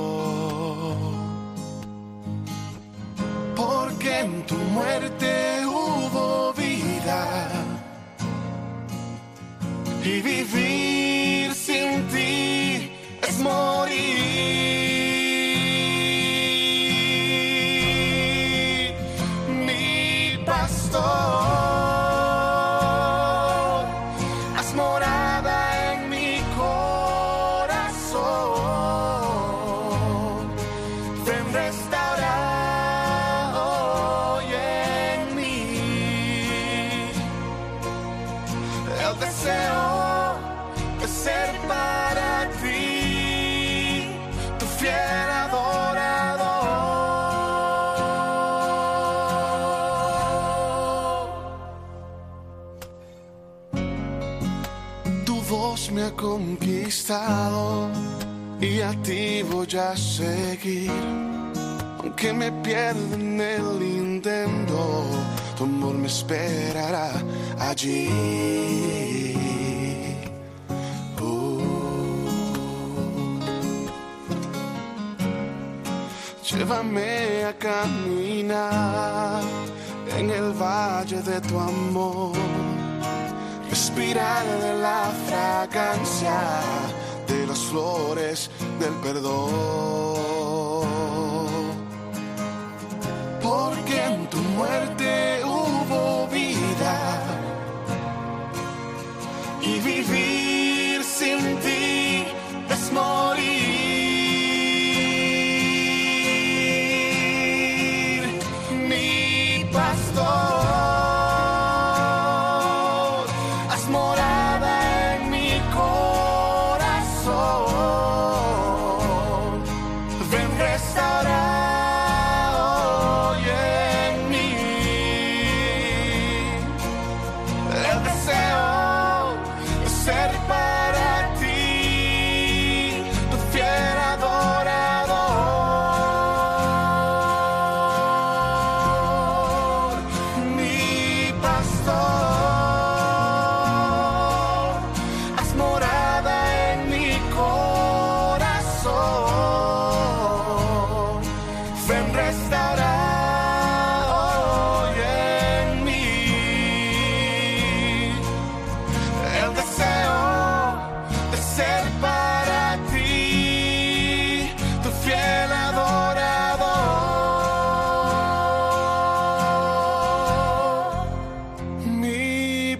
Porque en tu muerte hubo vida y vivir sin ti es morir. Mi pastor, me ha conquistado y a ti voy a seguir, aunque me pierda en el intento, tu amor me esperará allí. Llévame a caminar en el valle de tu amor, respirar de la fragancia de las flores del perdón. Porque en tu muerte hubo vida y vivir sin pastor, haz morada en mi corazón. Ven, restaura hoy en mí el deseo de ser para ti tu fiel adorador. Mi pastor, haz morada en mi corazón. Ven, restaura hoy en mí el deseo de ser para ti tu fiel adorador. Mi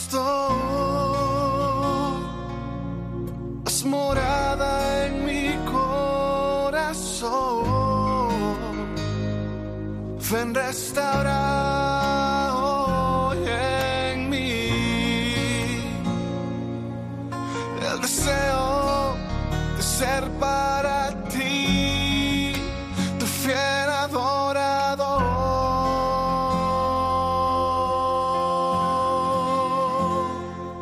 pastor, haz morada en mi corazón. Ven, restaura hoy en mí el deseo de ser para ti tu fiel adorador.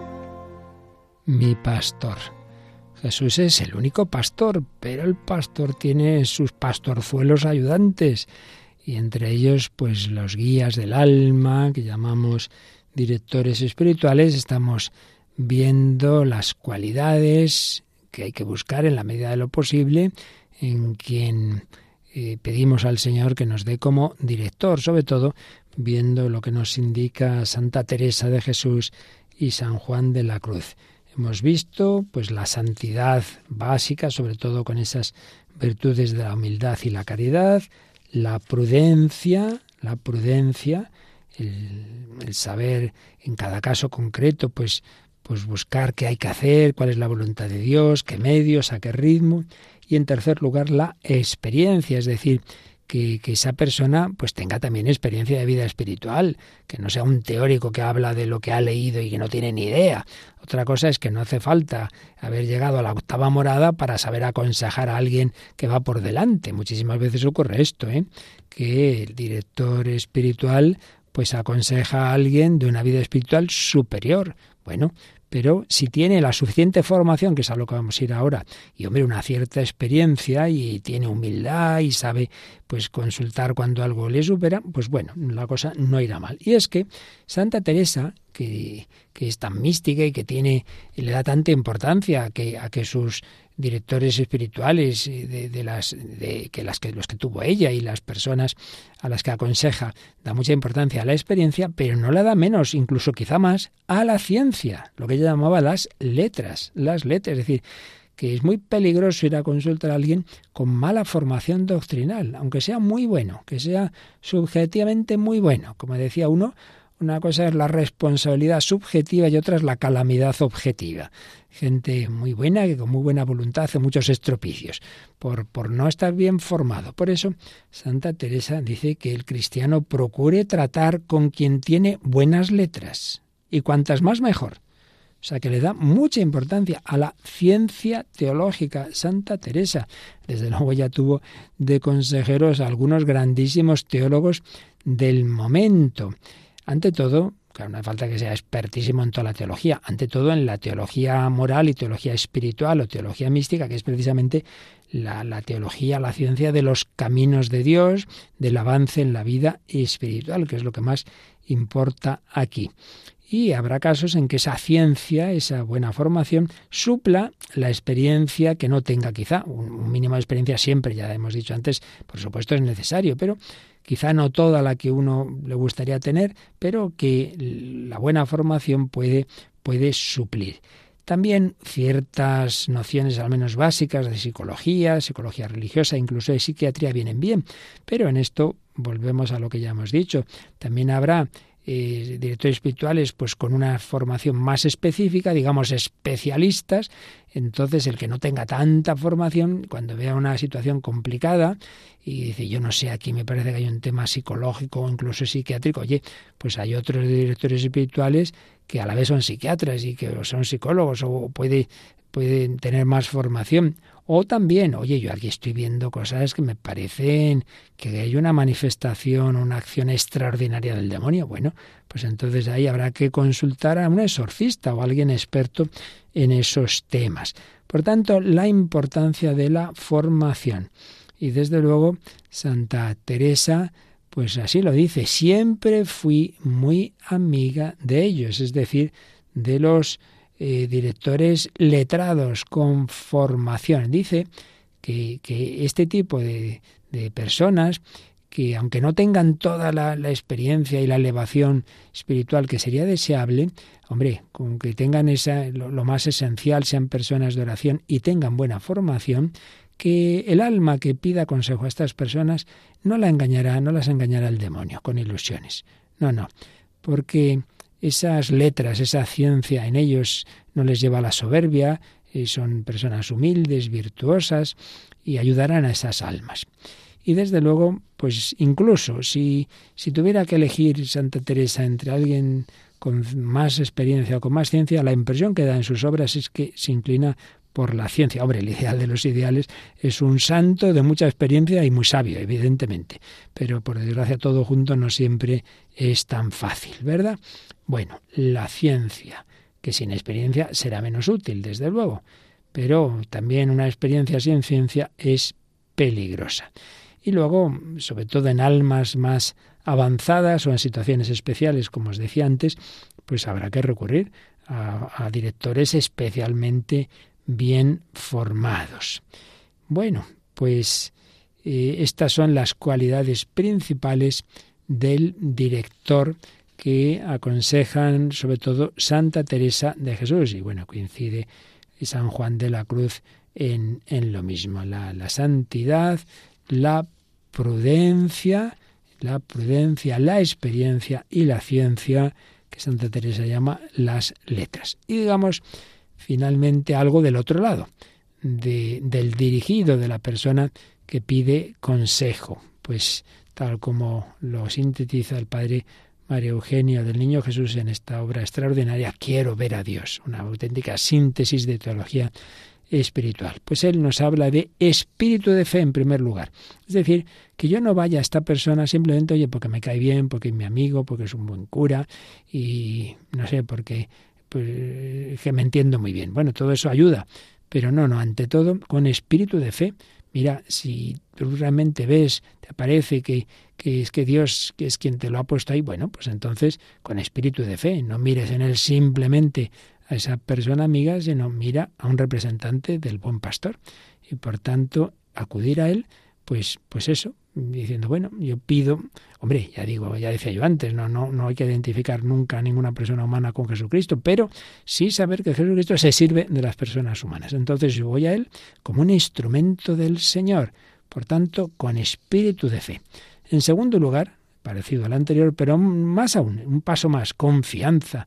Mi pastor. Jesús es el único pastor, pero el pastor tiene sus pastorzuelos ayudantes, y entre ellos pues los guías del alma, que llamamos directores espirituales. Estamos viendo las cualidades que hay que buscar en la medida de lo posible en quien pedimos al Señor que nos dé como director, sobre todo viendo lo que nos indica Santa Teresa de Jesús y San Juan de la Cruz. Hemos visto pues la santidad básica, sobre todo con esas virtudes de la humildad y la caridad, la prudencia, el saber en cada caso concreto pues buscar qué hay que hacer, cuál es la voluntad de Dios, qué medios, a qué ritmo. Y en tercer lugar, la experiencia, es decir, que esa persona pues tenga también experiencia de vida espiritual, que no sea un teórico que habla de lo que ha leído y que no tiene ni idea. Otra cosa es que no hace falta haber llegado a la octava morada para saber aconsejar a alguien que va por delante. Muchísimas veces ocurre esto, que el director espiritual pues aconseja a alguien de una vida espiritual superior. Bueno, pero si tiene la suficiente formación, que es a lo que vamos a ir ahora, y hombre, una cierta experiencia y tiene humildad y sabe pues consultar cuando algo le supera, pues bueno, la cosa no irá mal. Y es que Santa Teresa, que es tan mística y que le da tanta importancia a que sus directores espirituales los que tuvo ella y las personas a las que aconseja, da mucha importancia a la experiencia, pero no la da menos, incluso quizá más, a la ciencia, lo que ella llamaba las letras, es decir, que es muy peligroso ir a consultar a alguien con mala formación doctrinal, aunque sea muy bueno, que sea subjetivamente muy bueno. Como decía uno, una cosa es la responsabilidad subjetiva y otra es la calamidad objetiva. Gente muy buena, que con muy buena voluntad hace muchos estropicios por no estar bien formado. Por eso, Santa Teresa dice que el cristiano procure tratar con quien tiene buenas letras, y cuantas más mejor. O sea, que le da mucha importancia a la ciencia teológica. Santa Teresa, desde luego, ya tuvo de consejeros a algunos grandísimos teólogos del momento. Ante todo, claro, no hace falta que sea expertísimo en toda la teología, ante todo en la teología moral y teología espiritual o teología mística, que es precisamente la teología, la ciencia de los caminos de Dios, del avance en la vida espiritual, que es lo que más importa aquí. Y habrá casos en que esa ciencia, esa buena formación, supla la experiencia que no tenga quizá. Un mínimo de experiencia siempre, ya hemos dicho antes, por supuesto es necesario, pero quizá no toda la que uno le gustaría tener, pero que la buena formación puede suplir. También ciertas nociones al menos básicas de psicología religiosa, incluso de psiquiatría vienen bien, pero en esto volvemos a lo que ya hemos dicho. También habrá directores espirituales pues con una formación más específica, digamos especialistas. Entonces el que no tenga tanta formación, cuando vea una situación complicada y dice, yo no sé, aquí me parece que hay un tema psicológico o incluso psiquiátrico, oye, pues hay otros directores espirituales que a la vez son psiquiatras y que son psicólogos o pueden tener más formación. O también, oye, yo aquí estoy viendo cosas que me parecen que hay una manifestación, una acción extraordinaria del demonio. Bueno, pues entonces ahí habrá que consultar a un exorcista o a alguien experto en esos temas. Por tanto, la importancia de la formación. Y desde luego, Santa Teresa, pues así lo dice, siempre fui muy amiga de ellos, es decir, de los directores letrados con formación. Dice que este tipo de personas, que aunque no tengan toda la experiencia y la elevación espiritual que sería deseable, hombre, con que tengan lo más esencial, sean personas de oración y tengan buena formación, que el alma que pida consejo a estas personas no las engañará el demonio con ilusiones. No, porque esas letras, esa ciencia en ellos no les lleva a la soberbia, son personas humildes, virtuosas y ayudarán a esas almas. Y desde luego, pues incluso si tuviera que elegir Santa Teresa entre alguien con más experiencia o con más ciencia, la impresión que da en sus obras es que se inclina por la ciencia. Hombre, el ideal de los ideales es un santo de mucha experiencia y muy sabio, evidentemente, pero por desgracia todo junto no siempre es tan fácil, ¿verdad? Bueno, la ciencia, que sin experiencia será menos útil, desde luego, pero también una experiencia sin ciencia es peligrosa. Y luego, sobre todo en almas más avanzadas o en situaciones especiales, como os decía antes, pues habrá que recurrir a directores especialmente bien formados. Bueno, pues estas son las cualidades principales del director que aconsejan sobre todo Santa Teresa de Jesús. Y bueno, coincide San Juan de la Cruz en lo mismo. La santidad, la prudencia, la experiencia y la ciencia, que Santa Teresa llama las letras. Y digamos, finalmente, algo del otro lado, del dirigido, de la persona que pide consejo. Pues tal como lo sintetiza el padre María Eugenia del Niño Jesús en esta obra extraordinaria, Quiero ver a Dios, una auténtica síntesis de teología espiritual. Pues él nos habla de espíritu de fe en primer lugar. Es decir, que yo no vaya a esta persona simplemente, oye, porque me cae bien, porque es mi amigo, porque es un buen cura y no sé, porque pues, que me entiendo muy bien. Bueno, todo eso ayuda, pero no, ante todo con espíritu de fe. Mira, si tú realmente ves, te parece que es que Dios que es quien te lo ha puesto ahí, bueno, pues entonces con espíritu de fe, no mires en él simplemente a esa persona amiga, sino mira a un representante del buen pastor. Y por tanto, acudir a él, pues eso, diciendo, bueno, yo pido, hombre, ya decía yo antes, no hay que identificar nunca a ninguna persona humana con Jesucristo, pero sí saber que Jesucristo se sirve de las personas humanas. Entonces yo voy a él como un instrumento del Señor, por tanto, con espíritu de fe. En segundo lugar, parecido al anterior, pero más aún, un paso más, confianza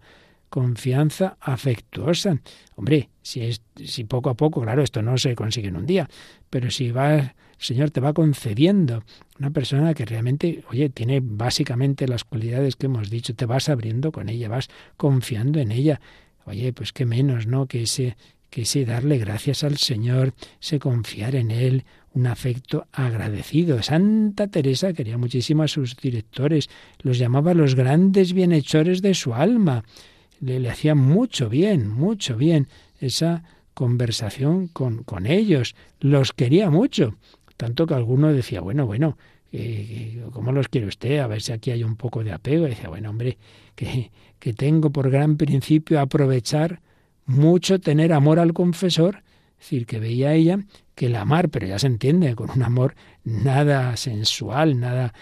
afectuosa. Hombre, si poco a poco, claro, esto no se consigue en un día, pero si el Señor te va concediendo una persona que realmente, oye, tiene básicamente las cualidades que hemos dicho, te vas abriendo con ella, vas confiando en ella. Oye, pues qué menos, ¿no? Que ese darle gracias al Señor, ese confiar en Él, un afecto agradecido. Santa Teresa quería muchísimo a sus directores, los llamaba los grandes bienhechores de su alma. Le hacía mucho bien esa conversación con ellos. Los quería mucho, tanto que alguno decía, bueno, ¿cómo los quiere usted? A ver si aquí hay un poco de apego. Y decía, bueno, hombre, que tengo por gran principio aprovechar mucho tener amor al confesor. Es decir, que veía ella que el amar, pero ya se entiende, con un amor nada sensual, nada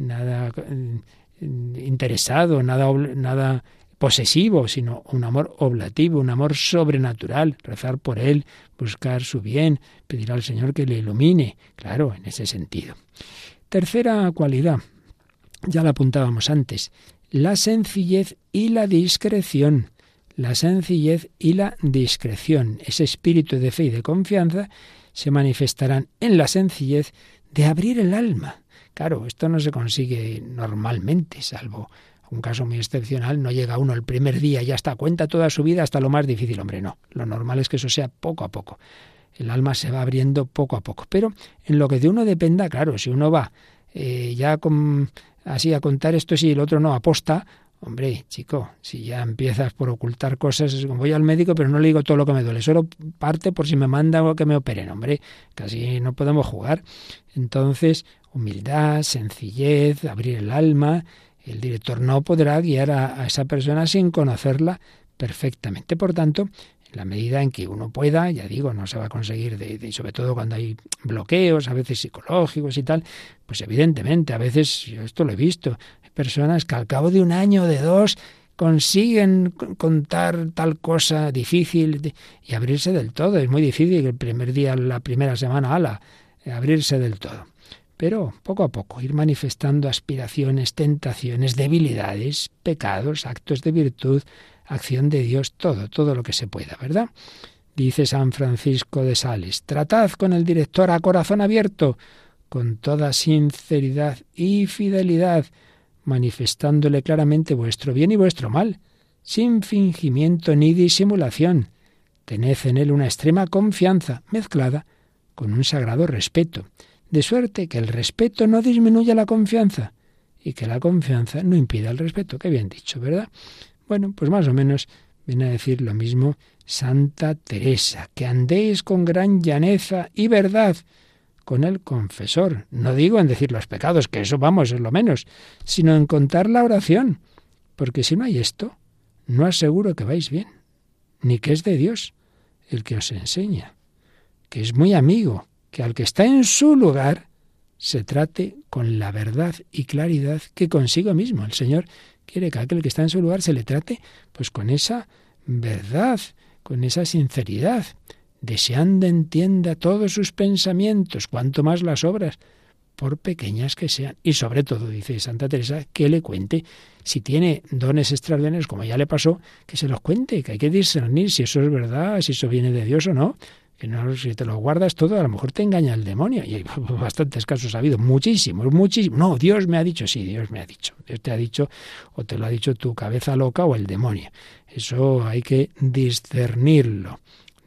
interesado, nada posesivo, sino un amor oblativo, un amor sobrenatural, rezar por él, buscar su bien, pedir al Señor que le ilumine, claro, en ese sentido. Tercera cualidad, ya la apuntábamos antes, la sencillez y la discreción. La sencillez y la discreción. Ese espíritu de fe y de confianza se manifestarán en la sencillez de abrir el alma. Claro, esto no se consigue normalmente, salvo un caso muy excepcional. No llega uno el primer día y ya está, cuenta toda su vida hasta lo más difícil. Hombre, no. Lo normal es que eso sea poco a poco. El alma se va abriendo poco a poco. Pero en lo que de uno dependa, claro, si uno va así a contar esto sí y el otro no, aposta. Hombre, chico, si ya empiezas por ocultar cosas, es como voy al médico pero no le digo todo lo que me duele, solo parte por si me manda o que me operen. Hombre, casi no podemos jugar. Entonces, humildad, sencillez, abrir el alma. El director no podrá guiar a esa persona sin conocerla perfectamente. Por tanto, en la medida en que uno pueda, ya digo, no se va a conseguir, sobre todo cuando hay bloqueos, a veces psicológicos y tal, pues evidentemente, a veces, yo esto lo he visto, hay personas que al cabo de un año o de dos consiguen contar tal cosa difícil y abrirse del todo. Es muy difícil que el primer día, la primera semana, abrirse del todo. Pero poco a poco ir manifestando aspiraciones, tentaciones, debilidades, pecados, actos de virtud, acción de Dios, todo lo que se pueda, ¿verdad? Dice San Francisco de Sales, tratad con el director a corazón abierto, con toda sinceridad y fidelidad, manifestándole claramente vuestro bien y vuestro mal, sin fingimiento ni disimulación. Tened en él una extrema confianza, mezclada con un sagrado respeto, de suerte que el respeto no disminuya la confianza y que la confianza no impida el respeto. Qué bien dicho, ¿verdad? Bueno, pues más o menos viene a decir lo mismo Santa Teresa, que andéis con gran llaneza y verdad con el confesor. No digo en decir los pecados, que eso vamos, es lo menos, sino en contar la oración, porque si no hay esto, no aseguro que vais bien, ni que es de Dios el que os enseña, que es muy amigo, que al que está en su lugar se trate con la verdad y claridad que consigo mismo. El Señor quiere que aquel que está en su lugar se le trate pues con esa verdad, con esa sinceridad, deseando entienda todos sus pensamientos, cuanto más las obras, por pequeñas que sean. Y sobre todo, dice Santa Teresa, que le cuente, si tiene dones extraordinarios, como ya le pasó, que se los cuente, que hay que discernir si eso es verdad, si eso viene de Dios o no. Que no, si te lo guardas todo, a lo mejor te engaña el demonio. Y hay bastantes casos ha habido, muchísimos. No, Dios me ha dicho, sí, Dios me ha dicho. Dios te ha dicho, o te lo ha dicho tu cabeza loca o el demonio. Eso hay que discernirlo.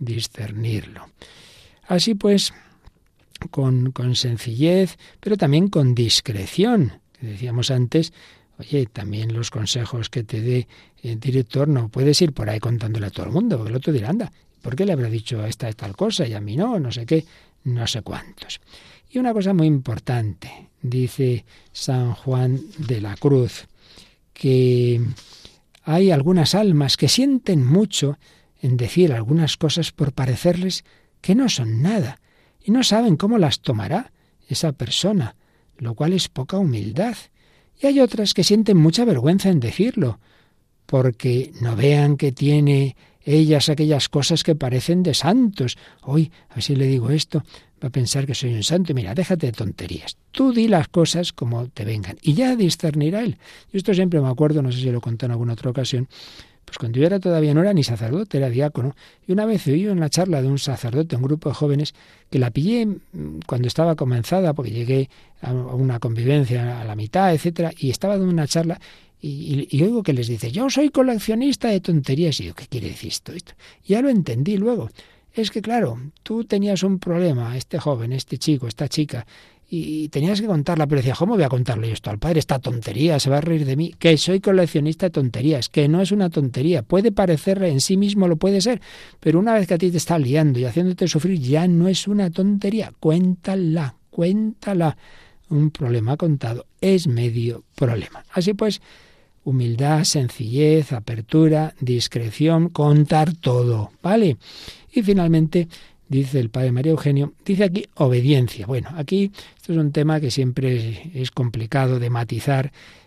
Así pues, con sencillez, pero también con discreción. Decíamos antes, oye, también los consejos que te dé el director no puedes ir por ahí contándole a todo el mundo, porque el otro dirá, anda, ¿por qué le habrá dicho a esta tal cosa y a mí no sé qué, no sé cuántos? Y una cosa muy importante, dice San Juan de la Cruz, que hay algunas almas que sienten mucho en decir algunas cosas por parecerles que no son nada y no saben cómo las tomará esa persona, lo cual es poca humildad. Y hay otras que sienten mucha vergüenza en decirlo, porque no vean que tiene ellas aquellas cosas que parecen de santos. Hoy, así le digo esto, va a pensar que soy un santo. Mira, déjate de tonterías. Tú di las cosas como te vengan y ya discernirá él. Yo esto siempre me acuerdo, no sé si lo conté en alguna otra ocasión, pues cuando yo era todavía no era ni sacerdote, era diácono, y una vez oí en la charla de un sacerdote, un grupo de jóvenes, que la pillé cuando estaba comenzada, porque llegué a una convivencia a la mitad, etcétera, y estaba dando una charla, y oigo que les dice, yo soy coleccionista de tonterías. Y digo, ¿qué quiere decir esto? Y ya lo entendí luego. Es que claro, tú tenías un problema, este joven, este chico, esta chica, y tenías que contarla, pero decía, ¿cómo voy a contarle esto al padre? Esta tontería, se va a reír de mí. Que soy coleccionista de tonterías, que no es una tontería. Puede parecerle en sí mismo, lo puede ser, pero una vez que a ti te está liando y haciéndote sufrir, ya no es una tontería. Cuéntala. Un problema contado es medio problema. Así pues, humildad, sencillez, apertura, discreción, contar todo, ¿vale? Y finalmente, dice el padre María Eugenio, dice aquí obediencia. Bueno, aquí esto es un tema que siempre es complicado de matizar.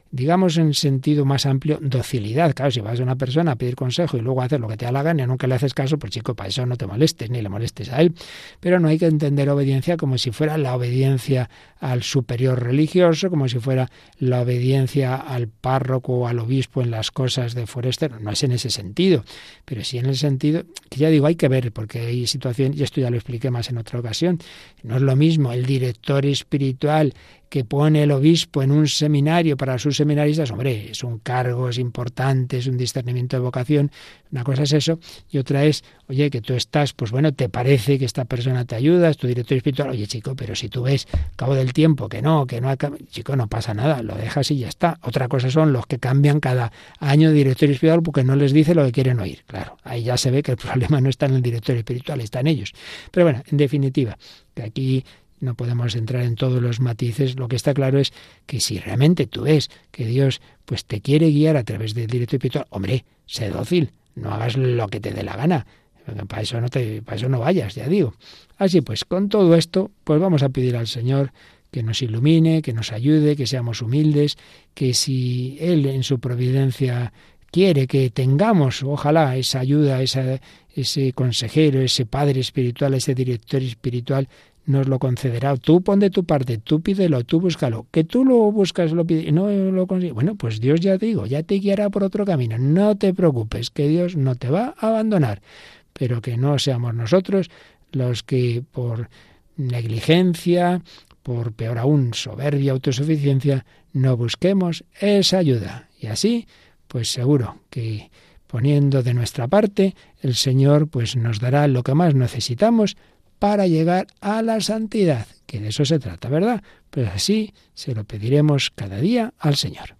digamos en sentido más amplio, docilidad. Claro, si vas a una persona a pedir consejo y luego haces lo que te da la gana y nunca le haces caso, pues chico, para eso no te molestes ni le molestes a él. Pero no hay que entender obediencia como si fuera la obediencia al superior religioso, como si fuera la obediencia al párroco o al obispo en las cosas de forastero. No es en ese sentido, pero sí en el sentido que ya digo, hay que ver, porque hay situaciones, y esto ya lo expliqué más en otra ocasión, no es lo mismo el director espiritual que pone el obispo en un seminario para sus seminaristas. Hombre, es un cargo, es importante, es un discernimiento de vocación. Una cosa es eso y otra es, oye, que tú estás, pues bueno, te parece que esta persona te ayuda, es tu director espiritual. Oye, chico, pero si tú ves al cabo del tiempo que no, chico, no pasa nada, lo dejas y ya está. Otra cosa son los que cambian cada año de director espiritual porque no les dice lo que quieren oír. Claro, ahí ya se ve que el problema no está en el director espiritual, está en ellos. Pero bueno, en definitiva, que aquí no podemos entrar en todos los matices. Lo que está claro es que si realmente tú ves que Dios pues te quiere guiar a través del director espiritual, hombre, sé dócil, no hagas lo que te dé la gana. Para eso no vayas, ya digo. Así pues, con todo esto, pues vamos a pedir al Señor que nos ilumine, que nos ayude, que seamos humildes, que si Él en su providencia quiere que tengamos, ojalá, esa ayuda, ese consejero, ese padre espiritual, ese director espiritual, nos lo concederá. Tú pon de tu parte, tú pídelo, tú búscalo. Que tú lo buscas, lo pides y no lo consigues. Bueno, pues Dios ya te digo, ya te guiará por otro camino. No te preocupes, que Dios no te va a abandonar. Pero que no seamos nosotros los que por negligencia, por peor aún, soberbia, autosuficiencia, no busquemos esa ayuda. Y así, pues seguro que poniendo de nuestra parte, el Señor pues nos dará lo que más necesitamos para llegar a la santidad, que de eso se trata, ¿verdad? Pues así se lo pediremos cada día al Señor.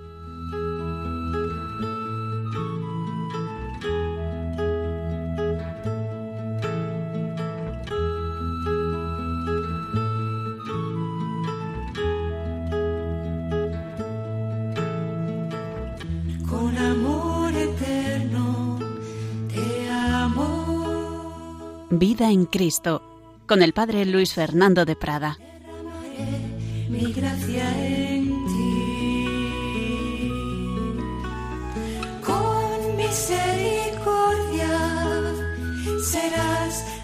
Con amor eterno te amo. Vida en Cristo, con el Padre Luis Fernando de Prada. Derramaré mi gracia en ti. Con misericordia serás